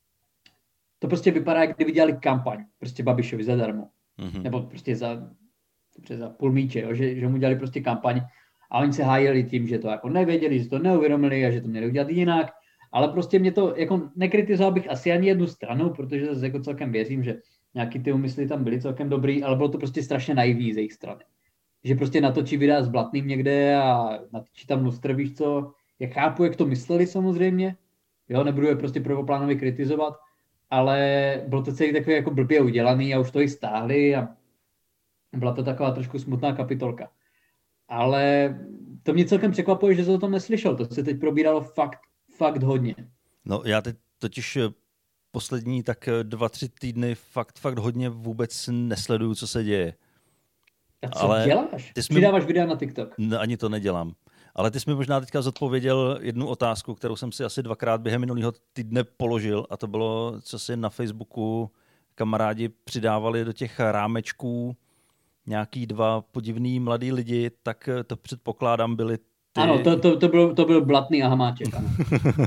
to prostě vypadá, jak kdyby dělali kampaň prostě Babišovi zadarmo. Mm-hmm. Nebo prostě za půl míče, jo? Že mu dělali prostě kampaň a oni se hájili tím, že to jako nevěděli, že to neuvědomili a že to měli udělat jinak, ale prostě mě to, jako nekritizoval bych asi ani jednu stranu, protože zase jako celkem věřím, že nějaký ty úmysly tam byly celkem dobrý, ale bylo to prostě strašně naivní z jejich strany. Že prostě natočí videa s Blatným někde a natočí tam lustr, víš co, jak chápu, jak to mysleli samozřejmě, jo, nebudu je prostě prvoplánově kritizovat, ale bylo to celý takový jako blbě udělaný a už to i stáhli a byla to taková trošku smutná kapitolka. Ale to mě celkem překvapuje, že jsi o tom neslyšel. To se teď probíralo fakt hodně. No já teď totiž poslední tak 2-3 týdny fakt hodně vůbec nesleduju, co se děje. A co děláš? Přidáváš videa na TikTok? Ani to nedělám. Ale ty jsi mi možná teďka zodpověděl jednu otázku, kterou jsem si asi 2krát během minulého týdne položil, a to bylo, co si na Facebooku kamarádi přidávali do těch rámečků nějaký 2 podivný mladý lidi, tak to předpokládám byli ty... Ano, to byl Blatný a Hamáček, ano.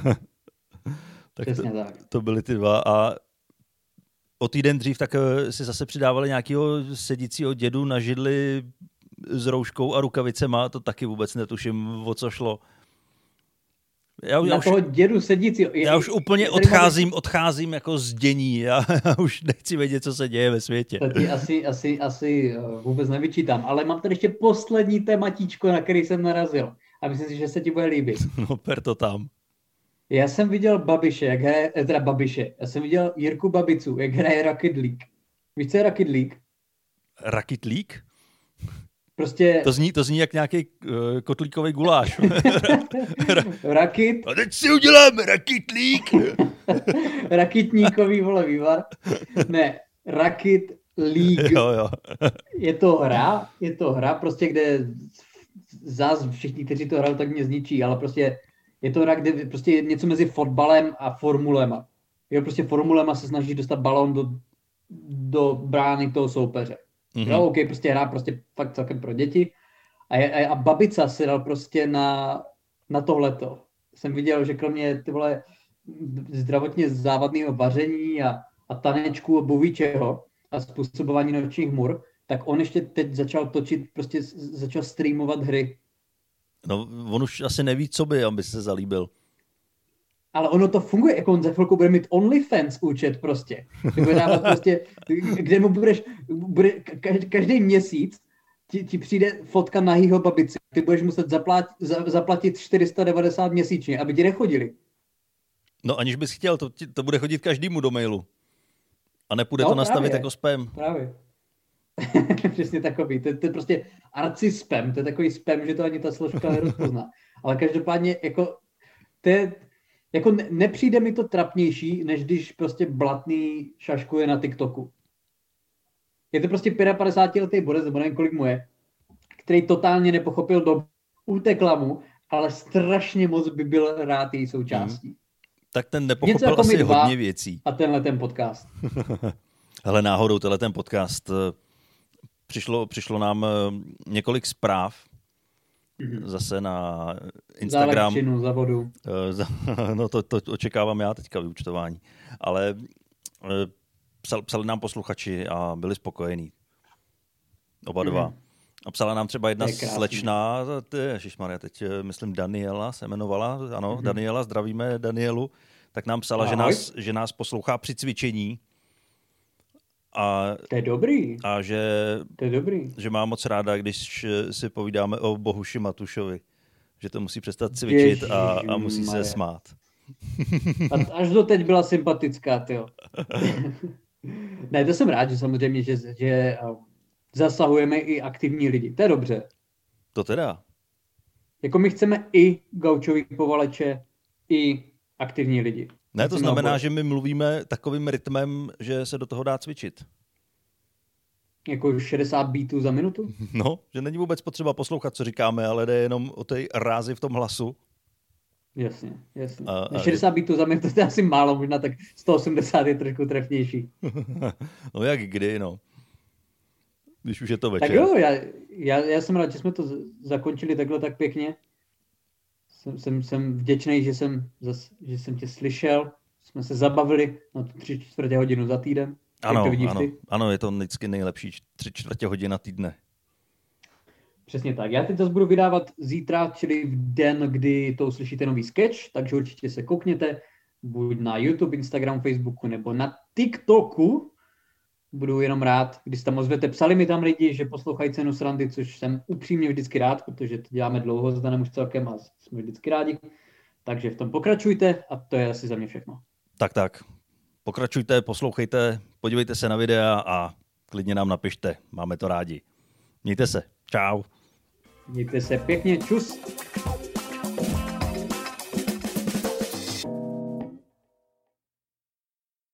Tak to byly ty 2 a o týden dřív tak si zase přidávali nějakého sedícího dědu na židli s rouškou a rukavicema, to taky vůbec netuším, o co šlo. Toho dědu sedícího. Já už úplně odcházím jako z dění. Já už nechci vědět, co se děje ve světě. To ti asi vůbec nevyčítám, ale mám tady ještě poslední tématíčko, na který jsem narazil. A myslím si, že se ti bude líbit. No, per to tam. Já jsem viděl já jsem viděl Jirku Babicu, jak hraje Rocket League. Víš, co je Rocket League? Rocket League? Prostě... To zní jak nějaký kotlíkový guláš. Rakit. A teď si uděláme Rocket League. Rakitníkový, vole, vývar. Ne, Rocket League. Jo. Je to hra, prostě kde zás všichni, kteří to hrajou, tak mě zničí, ale prostě je to hra, kde prostě je něco mezi fotbalem a formulema. Jo, prostě formulema se snaží dostat balón do brány toho soupeře. Mm-hmm. Jo, OK, prostě hra prostě fakt celkem pro děti. A Babica si dal prostě na tohleto. Jsem viděl, že kromě ty vole zdravotně závadného vaření a tanečku a bovíčeho a způsobování nočních mur, tak on ještě teď začal točit, prostě začal streamovat hry. No, on už asi neví, co by, aby se zalíbil. Ale ono to funguje, jako on za chvilku bude mít OnlyFans účet prostě. Bude dávat prostě, kde mu bude každý měsíc ti přijde fotka nahýho babici. Ty budeš muset zaplatit 490 měsíčně, aby ti nechodili. No aniž bys chtěl, to bude chodit každému do mailu. A nepůjde to nastavit jako spam. Právě. Přesně takový. To je prostě arci spam. To je takový spam, že to ani ta složka nerozpozná. Ale každopádně jako nepřijde mi to trapnější, než když prostě Blatný šaškuje na TikToku. Je to prostě 55letý borec, nebo nevím, kolik mu je, který totálně nepochopil dobu, utekla mu, ale strašně moc by byl rád její součástí. Tak ten nepochopil jako asi hodně věcí. A tenhle ten podcast. Hele, náhodou tenhle ten podcast přišlo nám několik zpráv, zase na Instagram. Za elektřinu, za vodu. No to očekávám já teďka vyúčtování. Ale psali nám posluchači a byli spokojení. Oba dva. A psala nám třeba jedna slečna, ježišmarja, teď myslím Daniela se jmenovala, ano, Daniela, zdravíme Danielu, tak nám psala, že nás poslouchá při cvičení To je dobrý. A to je dobrý. Že má moc ráda, když si povídáme o Bohuši Matušovi. Že to musí přestat cvičit a musí se smát. Až doteď byla sympatická, tyjo. Ne, to jsem rád, že samozřejmě, že zasahujeme i aktivní lidi. To je dobře. To teda. Jako my chceme i gaučový povaleče, i aktivní lidi. Ne, to znamená, že my mluvíme takovým rytmem, že se do toho dá cvičit. Jako 60 beatů za minutu? No, že není vůbec potřeba poslouchat, co říkáme, ale jde jenom o té rázi v tom hlasu. Jasně. 60 beatů za minutu, to je asi málo, možná tak 180 je trošku trefnější. No jak kdy, no. Když už je to večer. Tak jo, já jsem rád, že jsme to zakončili takhle tak pěkně. Jsem vděčný, že jsem tě slyšel, jsme se zabavili na 3/4 hodinu za týden. Ano, je to vždycky nejlepší 3/4 hodina týdne. Přesně tak. Já teď zase budu vydávat zítra, čili v den, kdy to uslyšíte nový sketch, takže určitě se koukněte, buď na YouTube, Instagram, Facebooku nebo na TikToku. Budu jenom rád, když tam ozvete. Psali mi tam lidi, že poslouchají Cenu srandy, což jsem upřímně vždycky rád, protože to děláme dlouho s Danem už celkem a jsme vždycky rádi. Takže v tom pokračujte a to je asi za mě všechno. Tak. Pokračujte, poslouchejte, podívejte se na videa a klidně nám napište. Máme to rádi. Mějte se. Čau. Mějte se pěkně. Čus.